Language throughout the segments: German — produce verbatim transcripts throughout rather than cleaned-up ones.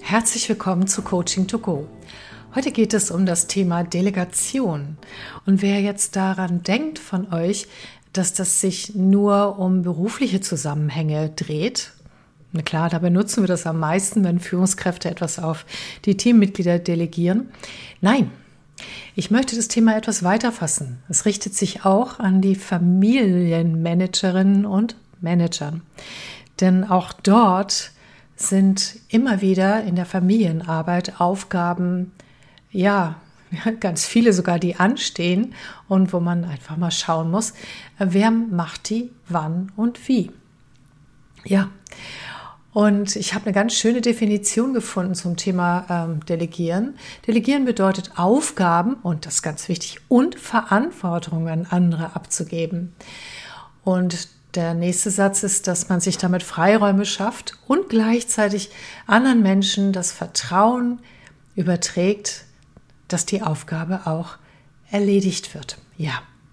Herzlich willkommen zu Coaching to Go. Heute geht es um das Thema Delegation. Und wer jetzt daran denkt von euch, dass das sich nur um berufliche Zusammenhänge dreht, na klar, da benutzen wir das am meisten, wenn Führungskräfte etwas auf die Teammitglieder delegieren. Nein, ich möchte das Thema etwas weiter fassen. Es richtet sich auch an die Familienmanagerinnen und Managern. Denn auch dort sind immer wieder in der Familienarbeit Aufgaben, ja, ganz viele sogar, die anstehen und wo man einfach mal schauen muss, wer macht die, wann und wie. Ja, und ich habe eine ganz schöne Definition gefunden zum Thema ähm, Delegieren. Delegieren bedeutet Aufgaben, und das ist ganz wichtig, und Verantwortung an andere abzugeben. Und der nächste Satz ist, dass man sich damit Freiräume schafft und gleichzeitig anderen Menschen das Vertrauen überträgt, dass die Aufgabe auch erledigt wird. Ja.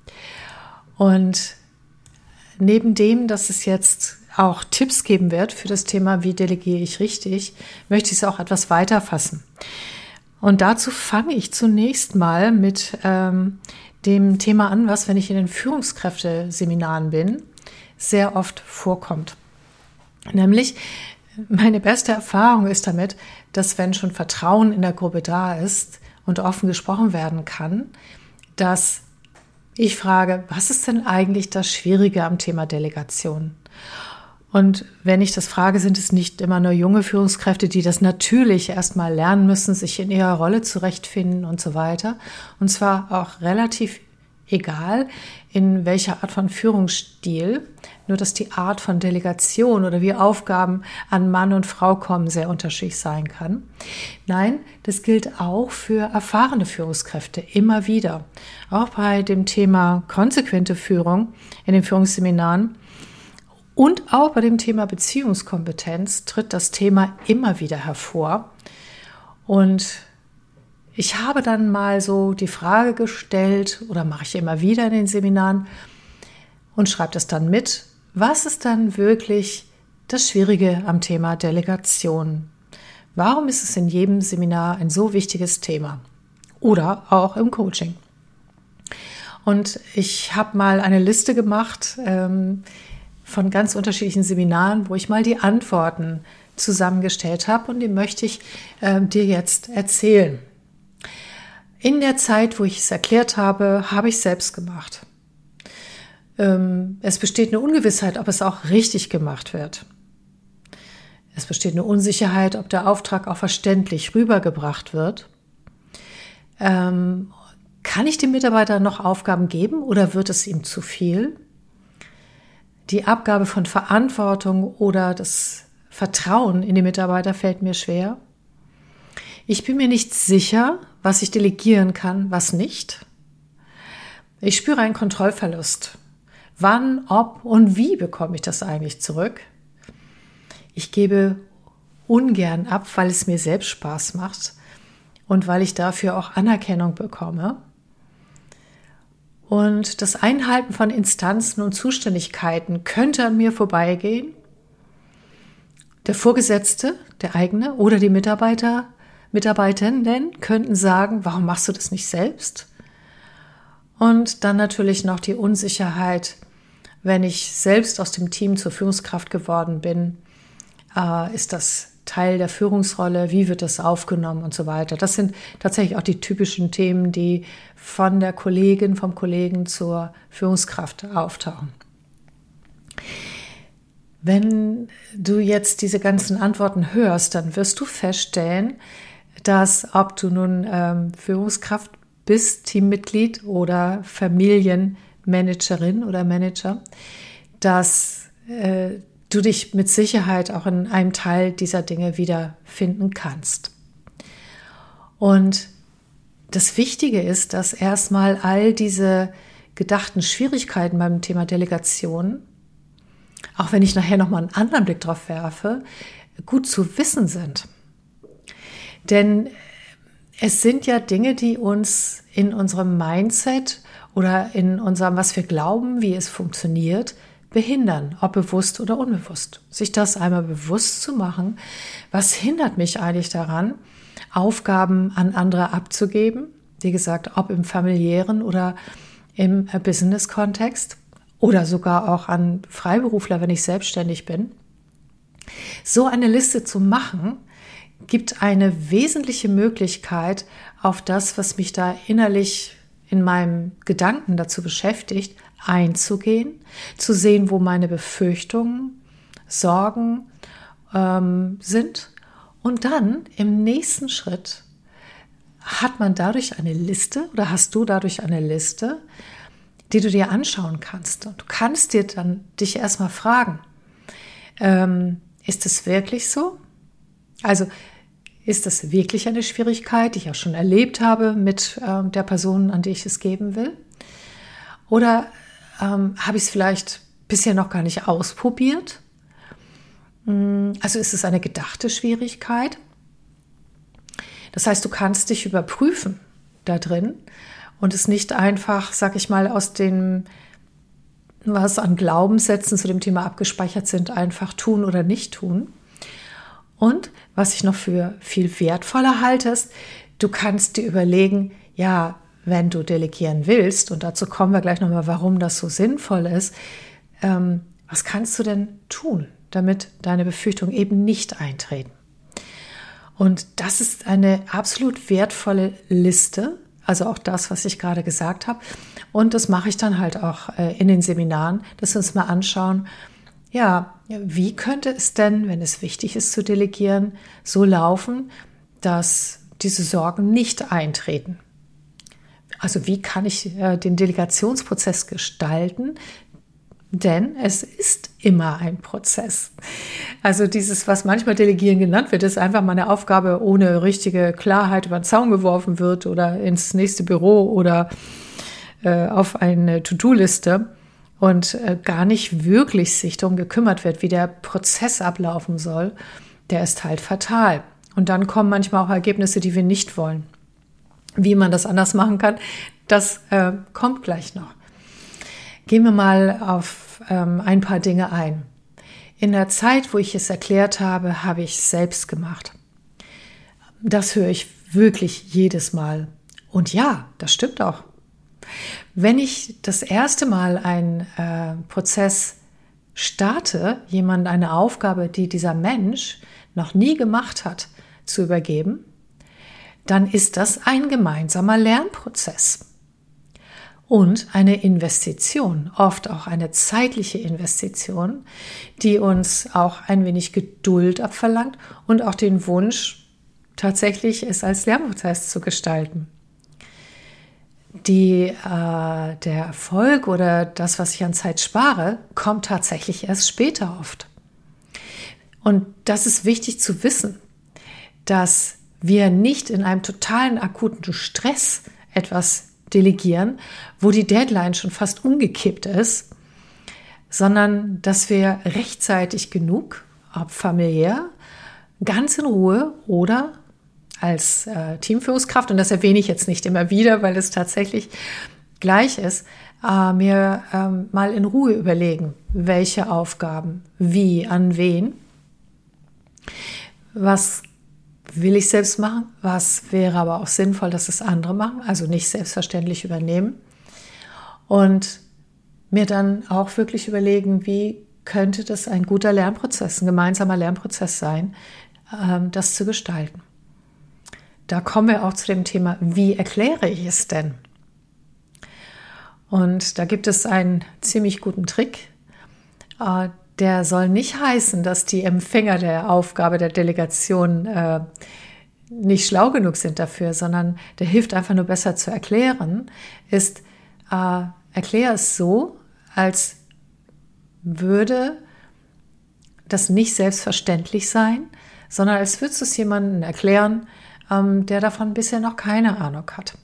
Und neben dem, dass es jetzt auch Tipps geben wird für das Thema, wie delegiere ich richtig, möchte ich es auch etwas weiter fassen. Und dazu fange ich zunächst mal mit ähm, dem Thema an, was, wenn ich in den Führungskräfteseminaren bin, sehr oft vorkommt. Nämlich, meine beste Erfahrung ist damit, dass wenn schon Vertrauen in der Gruppe da ist und offen gesprochen werden kann, dass ich frage, was ist denn eigentlich das Schwierige am Thema Delegation? Und wenn ich das frage, sind es nicht immer nur junge Führungskräfte, die das natürlich erstmal lernen müssen, sich in ihrer Rolle zurechtfinden und so weiter. Und zwar auch relativ egal, in welcher Art von Führungsstil, nur dass die Art von Delegation oder wie Aufgaben an Mann und Frau kommen sehr unterschiedlich sein kann. Nein, das gilt auch für erfahrene Führungskräfte immer wieder. Auch bei dem Thema konsequente Führung in den Führungsseminaren und auch bei dem Thema Beziehungskompetenz tritt das Thema immer wieder hervor. Und ich habe dann mal so die Frage gestellt, oder mache ich immer wieder in den Seminaren und schreibe das dann mit, was ist dann wirklich das Schwierige am Thema Delegation? Warum ist es in jedem Seminar ein so wichtiges Thema? Oder auch im Coaching. Und ich habe mal eine Liste gemacht ähm, von ganz unterschiedlichen Seminaren, wo ich mal die Antworten zusammengestellt habe, und die möchte ich äh, dir jetzt erzählen. In der Zeit, wo ich es erklärt habe, habe ich es selbst gemacht. Ähm, es besteht eine Ungewissheit, ob es auch richtig gemacht wird. Es besteht eine Unsicherheit, ob der Auftrag auch verständlich rübergebracht wird. Ähm, kann ich dem Mitarbeiter noch Aufgaben geben oder wird es ihm zu viel? Die Abgabe von Verantwortung oder das Vertrauen in die Mitarbeiter fällt mir schwer. Ich bin mir nicht sicher, was ich delegieren kann, was nicht. Ich spüre einen Kontrollverlust. Wann, ob und wie bekomme ich das eigentlich zurück? Ich gebe ungern ab, weil es mir selbst Spaß macht und weil ich dafür auch Anerkennung bekomme. Und das Einhalten von Instanzen und Zuständigkeiten könnte an mir vorbeigehen. Der Vorgesetzte, der eigene oder die Mitarbeiter, Mitarbeitenden könnten sagen, warum machst du das nicht selbst? Und dann natürlich noch die Unsicherheit, wenn ich selbst aus dem Team zur Führungskraft geworden bin, äh, ist das Teil der Führungsrolle, wie wird das aufgenommen und so weiter. Das sind tatsächlich auch die typischen Themen, die von der Kollegin, vom Kollegen zur Führungskraft auftauchen. Wenn du jetzt diese ganzen Antworten hörst, dann wirst du feststellen, dass ob du nun ähm, Führungskraft bist, Teammitglied oder Familienmanagerin oder Manager, dass äh, du dich mit Sicherheit auch in einem Teil dieser Dinge wiederfinden kannst. Und das Wichtige ist, dass erstmal all diese gedachten Schwierigkeiten beim Thema Delegation, auch wenn ich nachher nochmal einen anderen Blick drauf werfe, gut zu wissen sind. Denn es sind ja Dinge, die uns in unserem Mindset oder in unserem, was wir glauben, wie es funktioniert, behindern, ob bewusst oder unbewusst. Sich das einmal bewusst zu machen, was hindert mich eigentlich daran, Aufgaben an andere abzugeben, wie gesagt, ob im familiären oder im Business-Kontext oder sogar auch an Freiberufler, wenn ich selbstständig bin. So eine Liste zu machen, gibt eine wesentliche Möglichkeit, auf das, was mich da innerlich in meinem Gedanken dazu beschäftigt, einzugehen, zu sehen, wo meine Befürchtungen, Sorgen ähm, sind. Und dann im nächsten Schritt hat man dadurch eine Liste oder hast du dadurch eine Liste, die du dir anschauen kannst. Und du kannst dir dann dich erstmal fragen, ähm, ist es wirklich so? Also ist das wirklich eine Schwierigkeit, die ich auch schon erlebt habe mit ähm, der Person, an die ich es geben will? Oder ähm, habe ich es vielleicht bisher noch gar nicht ausprobiert? Also ist es eine gedachte Schwierigkeit? Das heißt, du kannst dich überprüfen da drin und es nicht einfach, sag ich mal, aus dem, was an Glaubenssätzen zu dem Thema abgespeichert sind, einfach tun oder nicht tun. Und was ich noch für viel wertvoller halte, ist, du kannst dir überlegen, ja, wenn du delegieren willst, und dazu kommen wir gleich nochmal, warum das so sinnvoll ist, ähm, was kannst du denn tun, damit deine Befürchtungen eben nicht eintreten? Und das ist eine absolut wertvolle Liste, also auch das, was ich gerade gesagt habe. Und das mache ich dann halt auch äh, in den Seminaren, dass wir uns mal anschauen, ja, wie könnte es denn, wenn es wichtig ist zu delegieren, so laufen, dass diese Sorgen nicht eintreten? Also wie kann ich äh, den Delegationsprozess gestalten? Denn es ist immer ein Prozess. Also dieses, was manchmal Delegieren genannt wird, ist einfach mal eine Aufgabe ohne richtige Klarheit über den Zaun geworfen wird oder ins nächste Büro oder äh, auf eine To-Do-Liste und äh, gar nicht wirklich sich darum gekümmert wird, wie der Prozess ablaufen soll. Der ist halt fatal. Und dann kommen manchmal auch Ergebnisse, die wir nicht wollen. Wie man das anders machen kann, das äh, kommt gleich noch. Gehen wir mal auf ähm, ein paar Dinge ein. In der Zeit, wo ich es erklärt habe, habe ich es selbst gemacht. Das höre ich wirklich jedes Mal. Und ja, das stimmt auch. Wenn ich das erste Mal einen äh, Prozess starte, jemand eine Aufgabe, die dieser Mensch noch nie gemacht hat, zu übergeben, dann ist das ein gemeinsamer Lernprozess. Und eine Investition, oft auch eine zeitliche Investition, die uns auch ein wenig Geduld abverlangt und auch den Wunsch, tatsächlich es als Lernprozess zu gestalten. Die, äh, der Erfolg oder das, was ich an Zeit spare, kommt tatsächlich erst später oft. Und das ist wichtig zu wissen, dass wir nicht in einem totalen akuten Stress etwas delegieren, wo die Deadline schon fast umgekippt ist, sondern dass wir rechtzeitig genug, ob familiär, ganz in Ruhe oder als äh, Teamführungskraft, und das erwähne ich jetzt nicht immer wieder, weil es tatsächlich gleich ist, äh, mir ähm, mal in Ruhe überlegen, welche Aufgaben, wie, an wen, was will ich selbst machen, was wäre aber auch sinnvoll, dass es andere machen, also nicht selbstverständlich übernehmen. Und mir dann auch wirklich überlegen, wie könnte das ein guter Lernprozess, ein gemeinsamer Lernprozess sein, das zu gestalten. Da kommen wir auch zu dem Thema, wie erkläre ich es denn? Und da gibt es einen ziemlich guten Trick, der soll nicht heißen, dass die Empfänger der Aufgabe der Delegation äh, nicht schlau genug sind dafür, sondern der hilft einfach nur besser zu erklären, ist, äh, erkläre es so, als würde das nicht selbstverständlich sein, sondern als würdest du es jemandem erklären, ähm, der davon bisher noch keine Ahnung hat.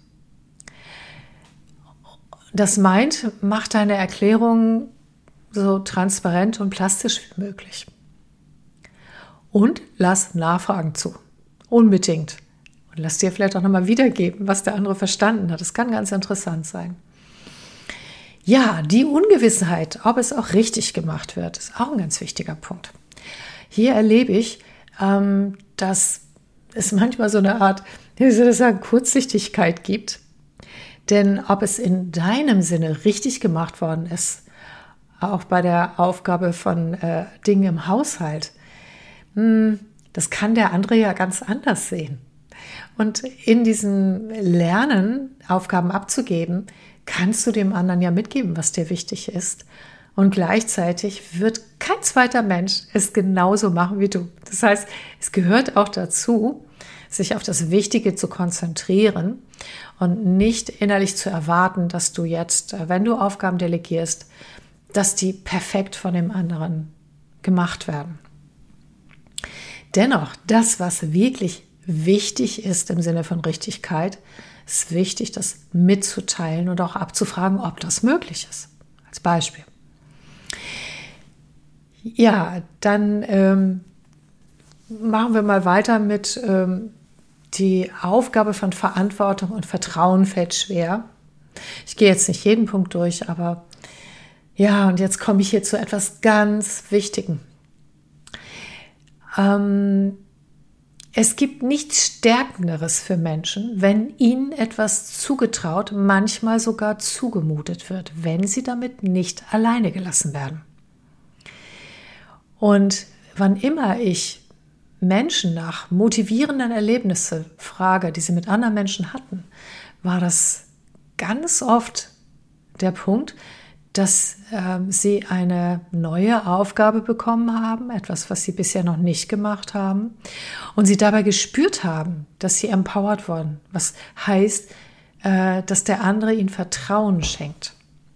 Das meint, mach deine Erklärung so transparent und plastisch wie möglich. Und lass Nachfragen zu. Unbedingt. Und lass dir vielleicht auch nochmal wiedergeben, was der andere verstanden hat. Das kann ganz interessant sein. Ja, die Ungewissheit, ob es auch richtig gemacht wird, ist auch ein ganz wichtiger Punkt. Hier erlebe ich, ähm, dass es manchmal so eine Art, wie soll ich sagen, Kurzsichtigkeit gibt. Denn ob es in deinem Sinne richtig gemacht worden ist, auch bei der Aufgabe von äh, Dingen im Haushalt, mh, das kann der andere ja ganz anders sehen. Und in diesem Lernen, Aufgaben abzugeben, kannst du dem anderen ja mitgeben, was dir wichtig ist. Und gleichzeitig wird kein zweiter Mensch es genauso machen wie du. Das heißt, es gehört auch dazu, sich auf das Wichtige zu konzentrieren und nicht innerlich zu erwarten, dass du jetzt, wenn du Aufgaben delegierst, dass die perfekt von dem anderen gemacht werden. Dennoch, das, was wirklich wichtig ist im Sinne von Richtigkeit, ist wichtig, das mitzuteilen und auch abzufragen, ob das möglich ist. Als Beispiel. Ja, dann ähm, machen wir mal weiter mit ähm, die Aufgabe von Verantwortung und Vertrauen fällt schwer. Ich gehe jetzt nicht jeden Punkt durch, aber ja, und jetzt komme ich hier zu etwas ganz Wichtigem. Ähm, Es gibt nichts Stärkenderes für Menschen, wenn ihnen etwas zugetraut, manchmal sogar zugemutet wird, wenn sie damit nicht alleine gelassen werden. Und wann immer ich Menschen nach motivierenden Erlebnissen frage, die sie mit anderen Menschen hatten, war das ganz oft der Punkt, dass äh, sie eine neue Aufgabe bekommen haben, etwas, was sie bisher noch nicht gemacht haben und sie dabei gespürt haben, dass sie empowered wurden, was heißt, äh, dass der andere ihnen Vertrauen schenkt.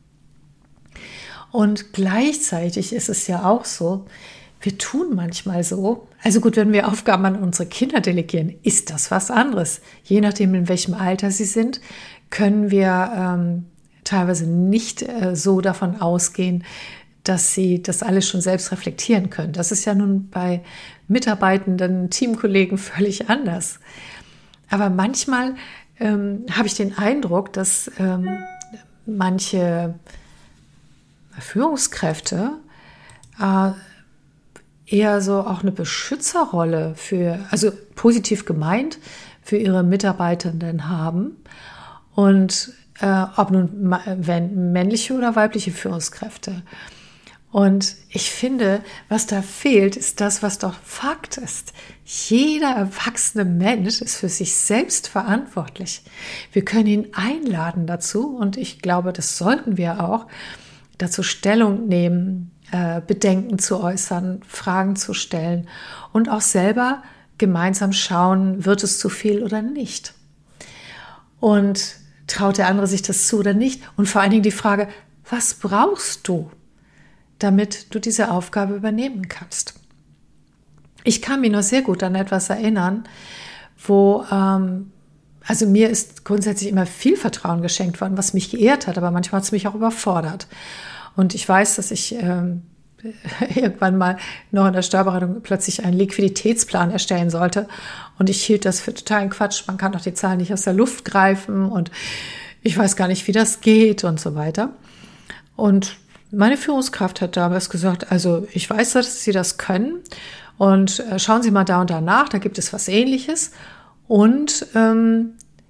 Und gleichzeitig ist es ja auch so, wir tun manchmal so, also gut, wenn wir Aufgaben an unsere Kinder delegieren, ist das was anderes. Je nachdem, in welchem Alter sie sind, können wir ähm, teilweise nicht äh, so davon ausgehen, dass sie das alles schon selbst reflektieren können. Das ist ja nun bei Mitarbeitenden, Teamkollegen völlig anders. Aber manchmal ähm, habe ich den Eindruck, dass ähm, manche Führungskräfte äh, eher so auch eine Beschützerrolle für, also positiv gemeint, für ihre Mitarbeitenden haben und Äh, ob nun wenn männliche oder weibliche Führungskräfte. Und ich finde, was da fehlt, ist das, was doch Fakt ist. Jeder erwachsene Mensch ist für sich selbst verantwortlich. Wir können ihn einladen dazu und ich glaube, das sollten wir auch, dazu Stellung nehmen, äh, Bedenken zu äußern, Fragen zu stellen und auch selber gemeinsam schauen, wird es zu viel oder nicht. Und traut der andere sich das zu oder nicht? Und vor allen Dingen die Frage, was brauchst du, damit du diese Aufgabe übernehmen kannst? Ich kann mich noch sehr gut an etwas erinnern, wo, ähm, also mir ist grundsätzlich immer viel Vertrauen geschenkt worden, was mich geehrt hat, aber manchmal hat es mich auch überfordert. Und ich weiß, dass ich ähm, irgendwann mal noch in der Steuerberatung plötzlich einen Liquiditätsplan erstellen sollte. Und ich hielt das für totalen Quatsch. Man kann doch die Zahlen nicht aus der Luft greifen und ich weiß gar nicht, wie das geht und so weiter. Und meine Führungskraft hat damals gesagt, also ich weiß, dass Sie das können und äh, schauen Sie mal da und da nach, da gibt es was Ähnliches und ähm,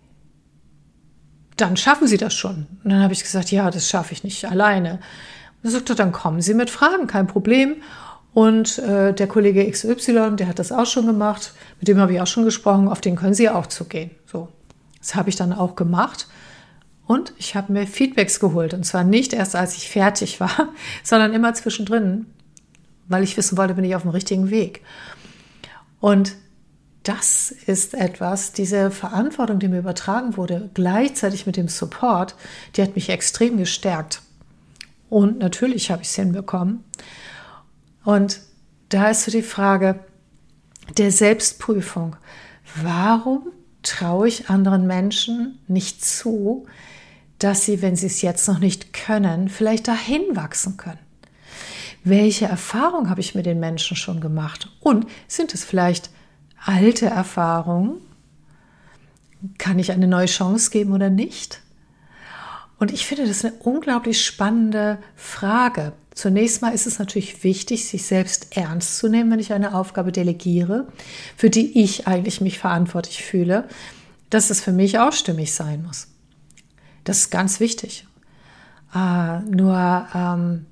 dann schaffen Sie das schon. Und dann habe ich gesagt, ja, das schaffe ich nicht alleine. Und er sagte, dann kommen Sie mit Fragen, kein Problem. Und äh, der Kollege X Y, der hat das auch schon gemacht, mit dem habe ich auch schon gesprochen, auf den können Sie auch zugehen. So, das habe ich dann auch gemacht. Und ich habe mir Feedbacks geholt. Und zwar nicht erst, als ich fertig war, sondern immer zwischendrin, weil ich wissen wollte, bin ich auf dem richtigen Weg. Und das ist etwas, diese Verantwortung, die mir übertragen wurde, gleichzeitig mit dem Support, die hat mich extrem gestärkt. Und natürlich habe ich es hinbekommen. Und da ist so die Frage der Selbstprüfung. Warum traue ich anderen Menschen nicht zu, dass sie, wenn sie es jetzt noch nicht können, vielleicht dahin wachsen können? Welche Erfahrungen habe ich mit den Menschen schon gemacht? Und sind es vielleicht alte Erfahrungen? Kann ich eine neue Chance geben oder nicht? Und ich finde das eine unglaublich spannende Frage. Zunächst mal ist es natürlich wichtig, sich selbst ernst zu nehmen, wenn ich eine Aufgabe delegiere, für die ich eigentlich mich verantwortlich fühle, dass es für mich auch stimmig sein muss. Das ist ganz wichtig. Äh, nur ähm,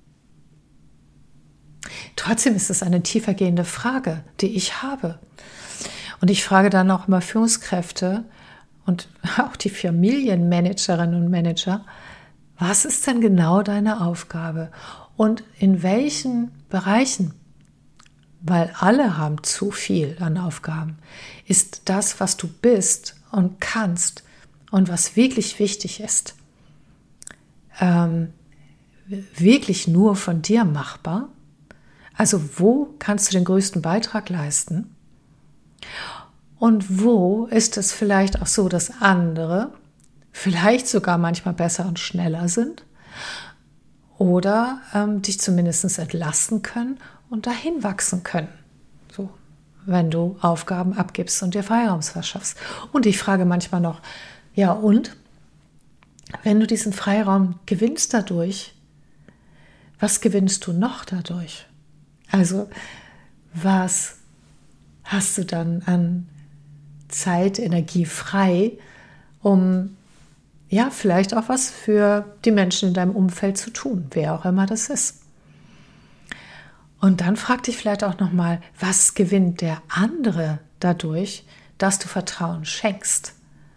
trotzdem ist es eine tiefergehende Frage, die ich habe. Und ich frage dann auch immer Führungskräfte und auch die Familienmanagerinnen und Manager, was ist denn genau deine Aufgabe und in welchen Bereichen, weil alle haben zu viel an Aufgaben, ist das, was du bist und kannst und was wirklich wichtig ist, ähm, wirklich nur von dir machbar? Also wo kannst du den größten Beitrag leisten? Und wo ist es vielleicht auch so, dass andere vielleicht sogar manchmal besser und schneller sind oder ähm, dich zumindest entlasten können und dahin wachsen können, so, wenn du Aufgaben abgibst und dir Freiraum verschaffst. Und ich frage manchmal noch, ja und, wenn du diesen Freiraum gewinnst dadurch, was gewinnst du noch dadurch? Also was hast du dann an Zeit, Energie frei, um ja vielleicht auch was für die Menschen in deinem Umfeld zu tun, wer auch immer das ist. Und dann frag dich vielleicht auch nochmal, was gewinnt der andere dadurch, dass du Vertrauen schenkst?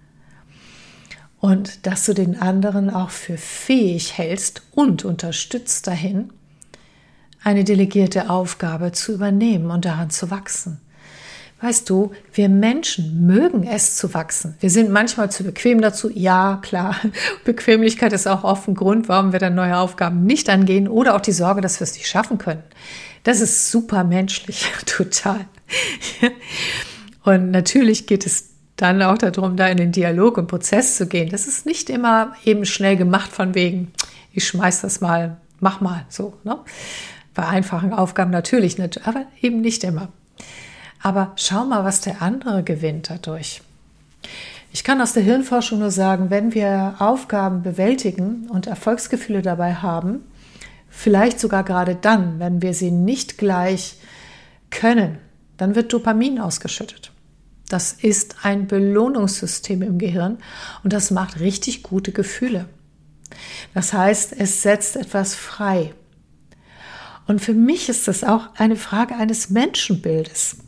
Und dass du den anderen auch für fähig hältst und unterstützt dahin, eine delegierte Aufgabe zu übernehmen und daran zu wachsen. Weißt du, wir Menschen mögen es zu wachsen. Wir sind manchmal zu bequem dazu. Ja, klar, Bequemlichkeit ist auch oft ein Grund, warum wir dann neue Aufgaben nicht angehen oder auch die Sorge, dass wir es nicht schaffen können. Das ist super menschlich, total. Und natürlich geht es dann auch darum, da in den Dialog und Prozess zu gehen. Das ist nicht immer eben schnell gemacht von wegen, ich schmeiß das mal, mach mal so, ne? Bei einfachen Aufgaben natürlich nicht, aber eben nicht immer. Aber schau mal, was der andere gewinnt dadurch. Ich kann aus der Hirnforschung nur sagen, wenn wir Aufgaben bewältigen und Erfolgsgefühle dabei haben, vielleicht sogar gerade dann, wenn wir sie nicht gleich können, dann wird Dopamin ausgeschüttet. Das ist ein Belohnungssystem im Gehirn und das macht richtig gute Gefühle. Das heißt, es setzt etwas frei. Und für mich ist das auch eine Frage eines Menschenbildes.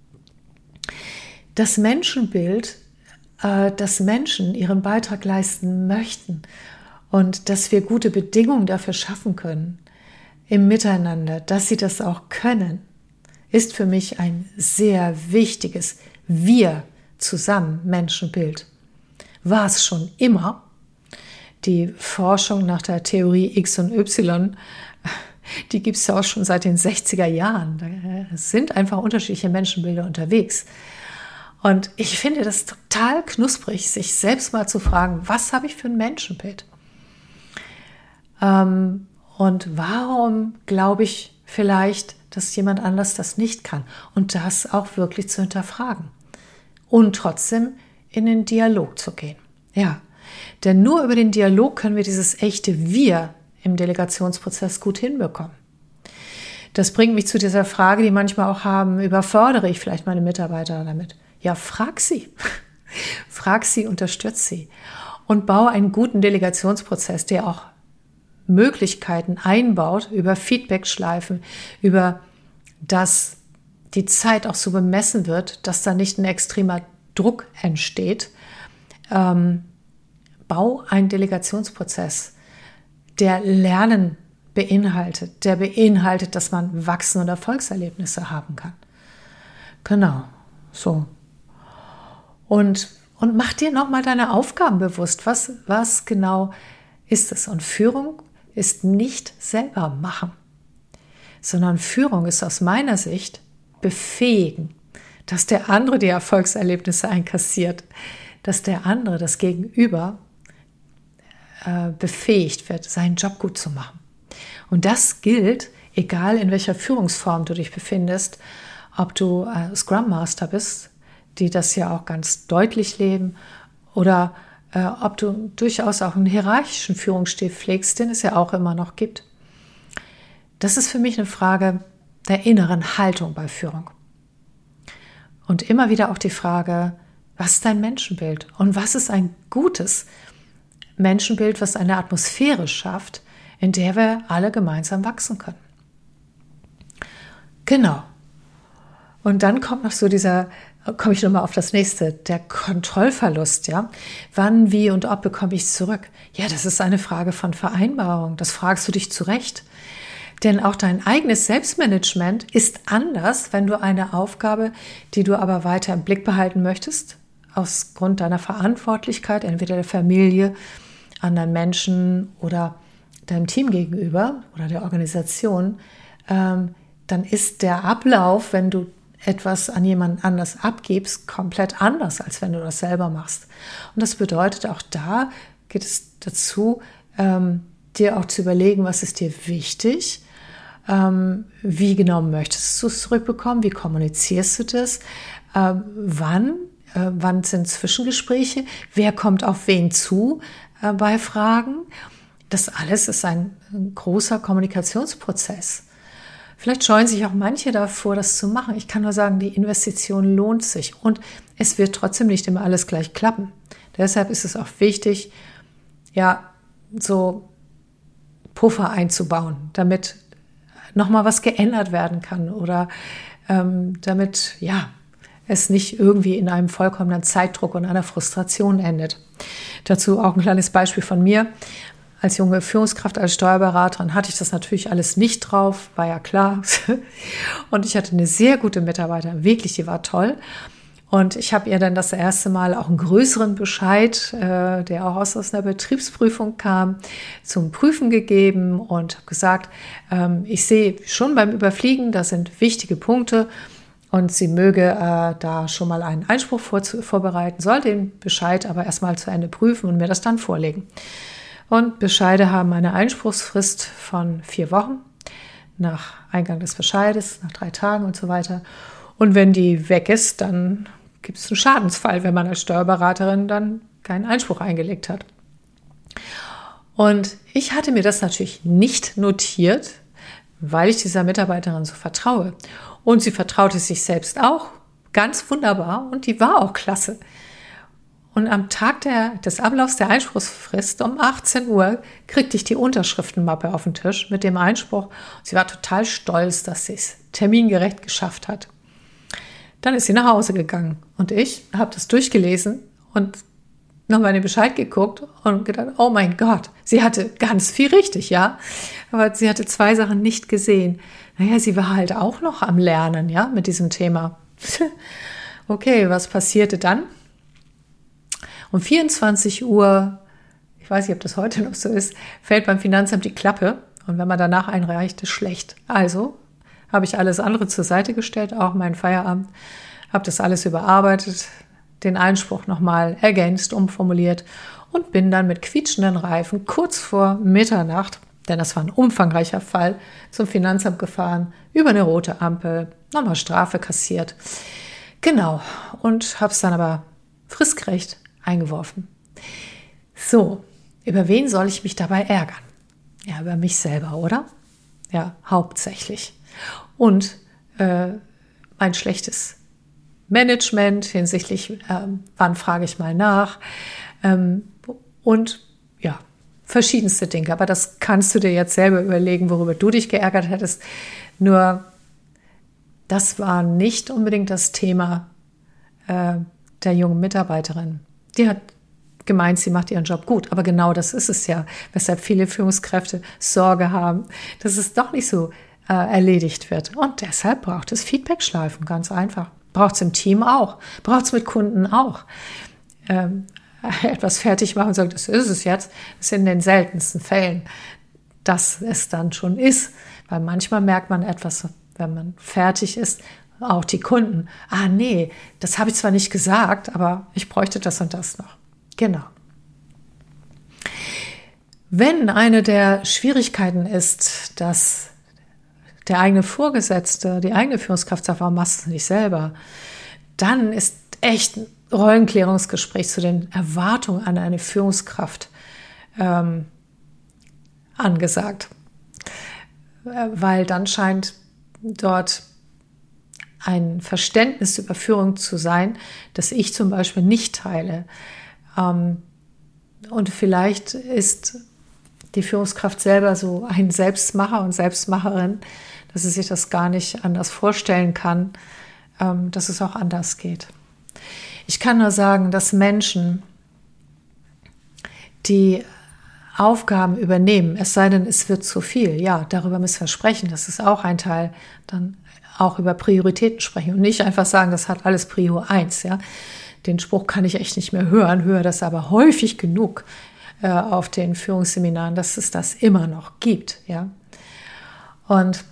Das Menschenbild, äh, dass Menschen ihren Beitrag leisten möchten und dass wir gute Bedingungen dafür schaffen können im Miteinander, dass sie das auch können, ist für mich ein sehr wichtiges Wir zusammen Menschenbild. War es schon immer. Die Forschung nach der Theorie X und Y, die gibt es ja auch schon seit den sechziger Jahren. Da sind einfach unterschiedliche Menschenbilder unterwegs. Und ich finde das total knusprig, sich selbst mal zu fragen, was habe ich für ein Menschenbild? Ähm, und warum glaube ich vielleicht, dass jemand anders das nicht kann? Und das auch wirklich zu hinterfragen. Und trotzdem in den Dialog zu gehen. Ja, denn nur über den Dialog können wir dieses echte Wir im Delegationsprozess gut hinbekommen. Das bringt mich zu dieser Frage, die manchmal auch haben, überfordere ich vielleicht meine Mitarbeiter damit? Ja, frag sie. Frag sie, unterstütz sie. Und baue einen guten Delegationsprozess, der auch Möglichkeiten einbaut, über Feedbackschleifen, über das die Zeit auch so bemessen wird, dass da nicht ein extremer Druck entsteht. Ähm, bau einen Delegationsprozess, der Lernen beinhaltet, der beinhaltet, dass man Wachsen und Erfolgserlebnisse haben kann. Genau, so. Und, und mach dir nochmal deine Aufgaben bewusst. Was, was genau ist es? Und Führung ist nicht selber machen, sondern Führung ist aus meiner Sicht befähigen, dass der andere die Erfolgserlebnisse einkassiert, dass der andere, das Gegenüber, äh, befähigt wird, seinen Job gut zu machen. Und das gilt, egal in welcher Führungsform du dich befindest, ob du äh, Scrum Master bist, die das ja auch ganz deutlich leben, oder äh, ob du durchaus auch einen hierarchischen Führungsstil pflegst, den es ja auch immer noch gibt. Das ist für mich eine Frage der inneren Haltung bei Führung. Und immer wieder auch die Frage, was ist dein Menschenbild und was ist ein gutes Menschenbild, was eine Atmosphäre schafft, in der wir alle gemeinsam wachsen können. Genau. Und dann kommt noch so dieser, komme ich nochmal auf das nächste, der Kontrollverlust, ja. Wann, wie und ob bekomme ich es zurück? Ja, das ist eine Frage von Vereinbarung. Das fragst du dich zurecht. Denn auch dein eigenes Selbstmanagement ist anders, wenn du eine Aufgabe, die du aber weiter im Blick behalten möchtest, aus Grund deiner Verantwortlichkeit, entweder der Familie, anderen Menschen oder deinem Team gegenüber oder der Organisation, ähm, dann ist der Ablauf, wenn du etwas an jemand anders abgibst, komplett anders, als wenn du das selber machst. Und das bedeutet, auch da geht es dazu, ähm, dir auch zu überlegen, was ist dir wichtig, ähm, wie genau möchtest du es zurückbekommen, wie kommunizierst du das, ähm, wann, äh, wann sind Zwischengespräche, wer kommt auf wen zu äh, bei Fragen. Das alles ist ein, ein großer Kommunikationsprozess. Vielleicht scheuen sich auch manche davor, das zu machen. Ich kann nur sagen, die Investition lohnt sich und es wird trotzdem nicht immer alles gleich klappen. Deshalb ist es auch wichtig, ja, so Puffer einzubauen, damit nochmal was geändert werden kann oder ähm, damit, ja, es nicht irgendwie in einem vollkommenen Zeitdruck und einer Frustration endet. Dazu auch ein kleines Beispiel von mir. Als junge Führungskraft, als Steuerberaterin hatte ich das natürlich alles nicht drauf, war ja klar. Und ich hatte eine sehr gute Mitarbeiterin, wirklich, die war toll. Und ich habe ihr dann das erste Mal auch einen größeren Bescheid, äh, der auch aus, aus einer Betriebsprüfung kam, zum Prüfen gegeben und habe gesagt, ähm, ich sehe schon beim Überfliegen, da sind wichtige Punkte und sie möge äh, da schon mal einen Einspruch vor, vorbereiten, soll den Bescheid aber erstmal zu Ende prüfen und mir das dann vorlegen. Und Bescheide haben eine Einspruchsfrist von vier Wochen nach Eingang des Bescheides, nach drei Tagen und so weiter. Und wenn die weg ist, dann gibt es einen Schadensfall, wenn man als Steuerberaterin dann keinen Einspruch eingelegt hat. Und ich hatte mir das natürlich nicht notiert, weil ich dieser Mitarbeiterin so vertraue. Und sie vertraute sich selbst auch ganz wunderbar und die war auch klasse. Und am Tag der, des Ablaufs der Einspruchsfrist um achtzehn Uhr kriegte ich die Unterschriftenmappe auf den Tisch mit dem Einspruch. Sie war total stolz, dass sie es termingerecht geschafft hat. Dann ist sie nach Hause gegangen und ich habe das durchgelesen und nochmal in den Bescheid geguckt und gedacht, oh mein Gott, sie hatte ganz viel richtig, ja. Aber sie hatte zwei Sachen nicht gesehen. Naja, sie war halt auch noch am Lernen, ja, mit diesem Thema. Okay, was passierte dann? Um vierundzwanzig Uhr, ich weiß nicht, ob das heute noch so ist, fällt beim Finanzamt die Klappe. Und wenn man danach einreicht, ist schlecht. Also habe ich alles andere zur Seite gestellt, auch mein Feierabend, habe das alles überarbeitet, den Einspruch nochmal ergänzt, umformuliert und bin dann mit quietschenden Reifen kurz vor Mitternacht, denn das war ein umfangreicher Fall, zum Finanzamt gefahren, über eine rote Ampel, nochmal Strafe kassiert. Genau, und habe es dann aber fristgerecht eingeworfen. So, über wen soll ich mich dabei ärgern? Ja, über mich selber, oder? Ja, hauptsächlich. Und äh, mein schlechtes Management hinsichtlich, ähm, wann frage ich mal nach ähm, und ja, verschiedenste Dinge. Aber das kannst du dir jetzt selber überlegen, worüber du dich geärgert hättest. Nur, das war nicht unbedingt das Thema äh, der jungen Mitarbeiterin. Die hat gemeint, sie macht ihren Job gut. Aber genau das ist es ja, weshalb viele Führungskräfte Sorge haben, dass es doch nicht so äh, erledigt wird. Und deshalb braucht es Feedbackschleifen, ganz einfach. Braucht es im Team auch. Braucht es mit Kunden auch. Ähm, etwas fertig machen und sagen, das ist es jetzt. Das ist in den seltensten Fällen, dass es dann schon ist. Weil manchmal merkt man etwas, wenn man fertig ist, auch die Kunden, ah nee, das habe ich zwar nicht gesagt, aber ich bräuchte das und das noch. Genau. Wenn eine der Schwierigkeiten ist, dass der eigene Vorgesetzte, die eigene Führungskraft sagt, warum machst du es nicht selber, dann ist echt ein Rollenklärungsgespräch zu den Erwartungen an eine Führungskraft ähm, angesagt. Weil dann scheint dort ein Verständnis über Führung zu sein, das ich zum Beispiel nicht teile. Und vielleicht ist die Führungskraft selber so ein Selbstmacher und Selbstmacherin, dass sie sich das gar nicht anders vorstellen kann, dass es auch anders geht. Ich kann nur sagen, dass Menschen, die Aufgaben übernehmen, es sei denn, es wird zu viel. Ja, darüber müssen wir sprechen. Das ist auch ein Teil. Dann auch über Prioritäten sprechen und nicht einfach sagen, das hat alles Prio eins. Ja? Den Spruch kann ich echt nicht mehr hören, höre das aber häufig genug äh, auf den Führungsseminaren, dass es das immer noch gibt. Ja? Und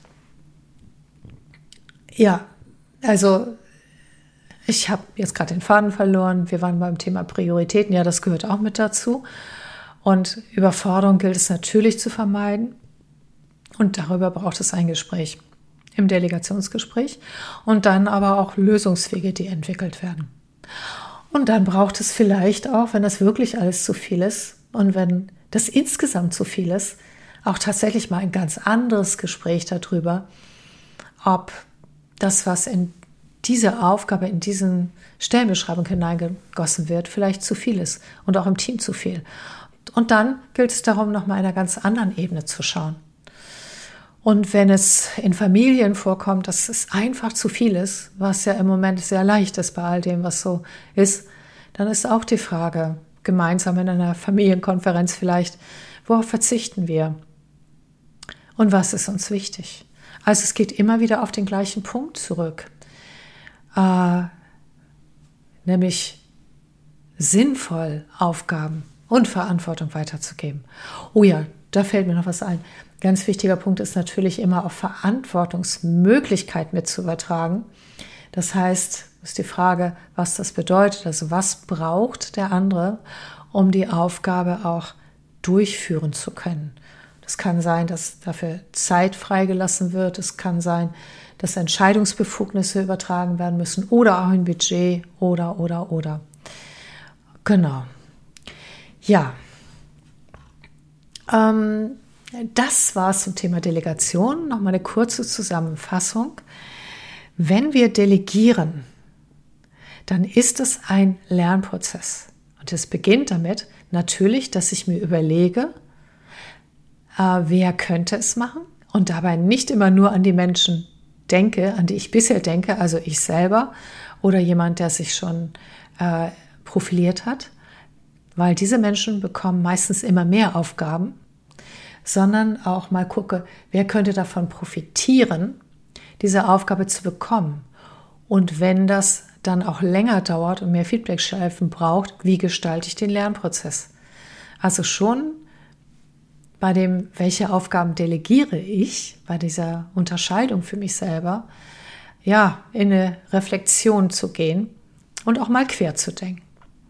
ja, also ich habe jetzt gerade den Faden verloren. Wir waren beim Thema Prioritäten. Ja, das gehört auch mit dazu. Und Überforderung gilt es natürlich zu vermeiden. Und darüber braucht es ein Gespräch im Delegationsgespräch und dann aber auch Lösungswege, die entwickelt werden. Und dann braucht es vielleicht auch, wenn das wirklich alles zu viel ist und wenn das insgesamt zu viel ist, auch tatsächlich mal ein ganz anderes Gespräch darüber, ob das, was in diese Aufgabe, in diesen Stellenbeschreibung hineingegossen wird, vielleicht zu viel ist und auch im Team zu viel. Und dann gilt es darum, nochmal in einer ganz anderen Ebene zu schauen. Und wenn es in Familien vorkommt, dass es einfach zu viel ist, was ja im Moment sehr leicht ist bei all dem, was so ist, dann ist auch die Frage, gemeinsam in einer Familienkonferenz vielleicht, worauf verzichten wir? Und was ist uns wichtig? Also es geht immer wieder auf den gleichen Punkt zurück, äh, nämlich sinnvoll Aufgaben und Verantwortung weiterzugeben. Oh ja, da fällt mir noch was ein. Ganz wichtiger Punkt ist natürlich immer auf Verantwortungsmöglichkeit mit zu übertragen. Das heißt, ist die Frage, was das bedeutet. Also was braucht der andere, um die Aufgabe auch durchführen zu können. Das kann sein, dass dafür Zeit freigelassen wird. Es kann sein, dass Entscheidungsbefugnisse übertragen werden müssen oder auch ein Budget oder, oder, oder. Genau. Ja, ähm, das war es zum Thema Delegation. Nochmal eine kurze Zusammenfassung. Wenn wir delegieren, dann ist es ein Lernprozess. Und es beginnt damit natürlich, dass ich mir überlege, äh, wer könnte es machen und dabei nicht immer nur an die Menschen denke, an die ich bisher denke, also ich selber oder jemand, der sich schon äh, profiliert hat, weil diese Menschen bekommen meistens immer mehr Aufgaben, sondern auch mal gucke, wer könnte davon profitieren, diese Aufgabe zu bekommen. Und wenn das dann auch länger dauert und mehr Feedback-Schleifen braucht, wie gestalte ich den Lernprozess? Also schon bei dem, welche Aufgaben delegiere ich, bei dieser Unterscheidung für mich selber, ja, in eine Reflexion zu gehen und auch mal quer zu denken.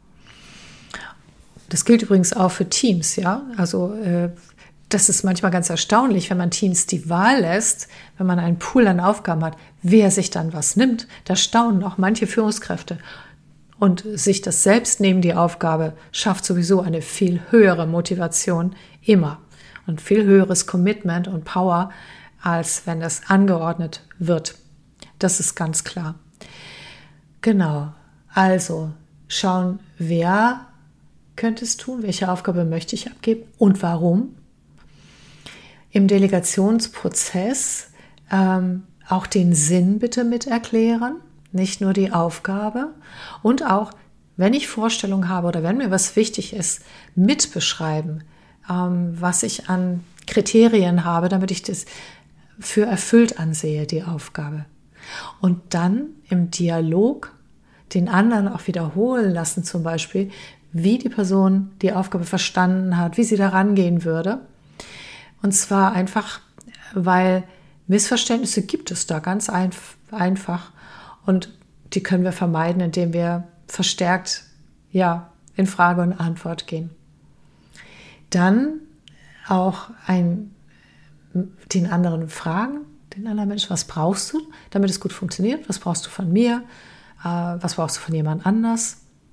Das gilt übrigens auch für Teams, ja. Also äh, das ist manchmal ganz erstaunlich, wenn man Teams die Wahl lässt, wenn man einen Pool an Aufgaben hat, wer sich dann was nimmt. Da staunen auch manche Führungskräfte. Und sich das selbst nehmen, die Aufgabe, schafft sowieso eine viel höhere Motivation immer. Und viel höheres Commitment und Power, als wenn das angeordnet wird. Das ist ganz klar. Genau. Also schauen, wer könnte es tun, welche Aufgabe möchte ich abgeben und warum. Im Delegationsprozess ähm, auch den Sinn bitte mit erklären, nicht nur die Aufgabe. Und auch, wenn ich Vorstellungen habe oder wenn mir was wichtig ist, mitbeschreiben, ähm, was ich an Kriterien habe, damit ich das für erfüllt ansehe, die Aufgabe. Und dann im Dialog den anderen auch wiederholen lassen, zum Beispiel, wie die Person die Aufgabe verstanden hat, wie sie da rangehen würde. Und zwar einfach, weil Missverständnisse gibt es da ganz einf- einfach und die können wir vermeiden, indem wir verstärkt ja, in Frage und Antwort gehen. Dann auch ein, den anderen fragen, den anderen Menschen, was brauchst du, damit es gut funktioniert? Was brauchst du von mir? Äh, was brauchst du von jemand anders?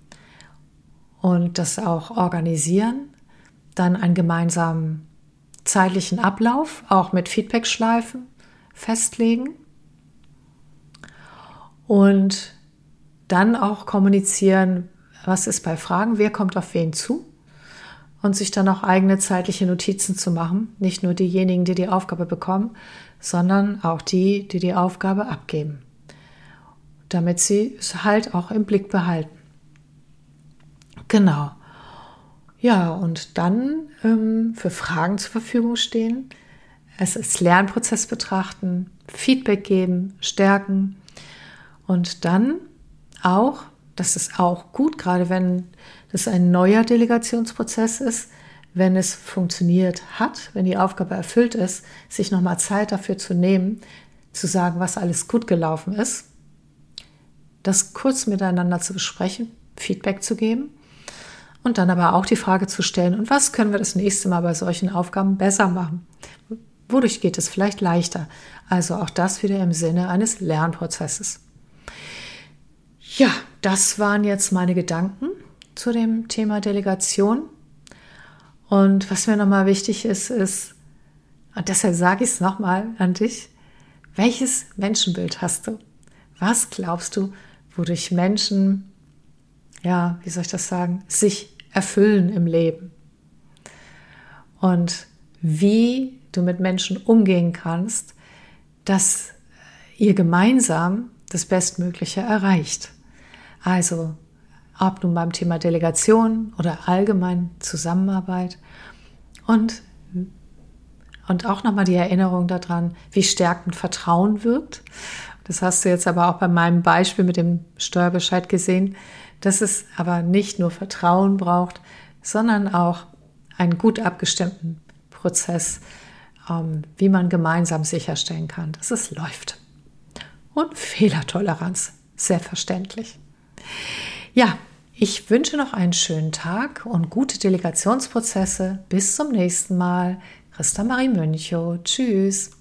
und das auch organisieren, dann einen gemeinsamen zeitlichen Ablauf, auch mit Feedbackschleifen festlegen und dann auch kommunizieren, was ist bei Fragen, wer kommt auf wen zu und sich dann auch eigene zeitliche Notizen zu machen, nicht nur diejenigen, die die Aufgabe bekommen, sondern auch die, die die Aufgabe abgeben, damit sie es halt auch im Blick behalten. Genau. Ja, und dann ähm, für Fragen zur Verfügung stehen, es als Lernprozess betrachten, Feedback geben, stärken und dann auch, das ist auch gut, gerade wenn das ein neuer Delegationsprozess ist, wenn es funktioniert hat, wenn die Aufgabe erfüllt ist, sich nochmal Zeit dafür zu nehmen, zu sagen, was alles gut gelaufen ist, das kurz miteinander zu besprechen, Feedback zu geben und dann aber auch die Frage zu stellen, und was können wir das nächste Mal bei solchen Aufgaben besser machen? Wodurch geht es vielleicht leichter? Also auch das wieder im Sinne eines Lernprozesses. Ja, das waren jetzt meine Gedanken zu dem Thema Delegation. Und was mir nochmal wichtig ist, ist, und deshalb sage ich es nochmal an dich, welches Menschenbild hast du? Was glaubst du, wodurch Menschen, ja, wie soll ich das sagen, sich erfüllen im Leben? Und wie du mit Menschen umgehen kannst, dass ihr gemeinsam das Bestmögliche erreicht. Also, ob nun beim Thema Delegation oder allgemein Zusammenarbeit und, und auch nochmal die Erinnerung daran, wie stärkend Vertrauen wirkt. Das hast du jetzt aber auch bei meinem Beispiel mit dem Steuerbescheid gesehen, dass es aber nicht nur Vertrauen braucht, sondern auch einen gut abgestimmten Prozess, ähm, wie man gemeinsam sicherstellen kann, dass es läuft. Und Fehlertoleranz, selbstverständlich. Ja, ich wünsche noch einen schönen Tag und gute Delegationsprozesse. Bis zum nächsten Mal. Christa Marie Mönchow. Tschüss.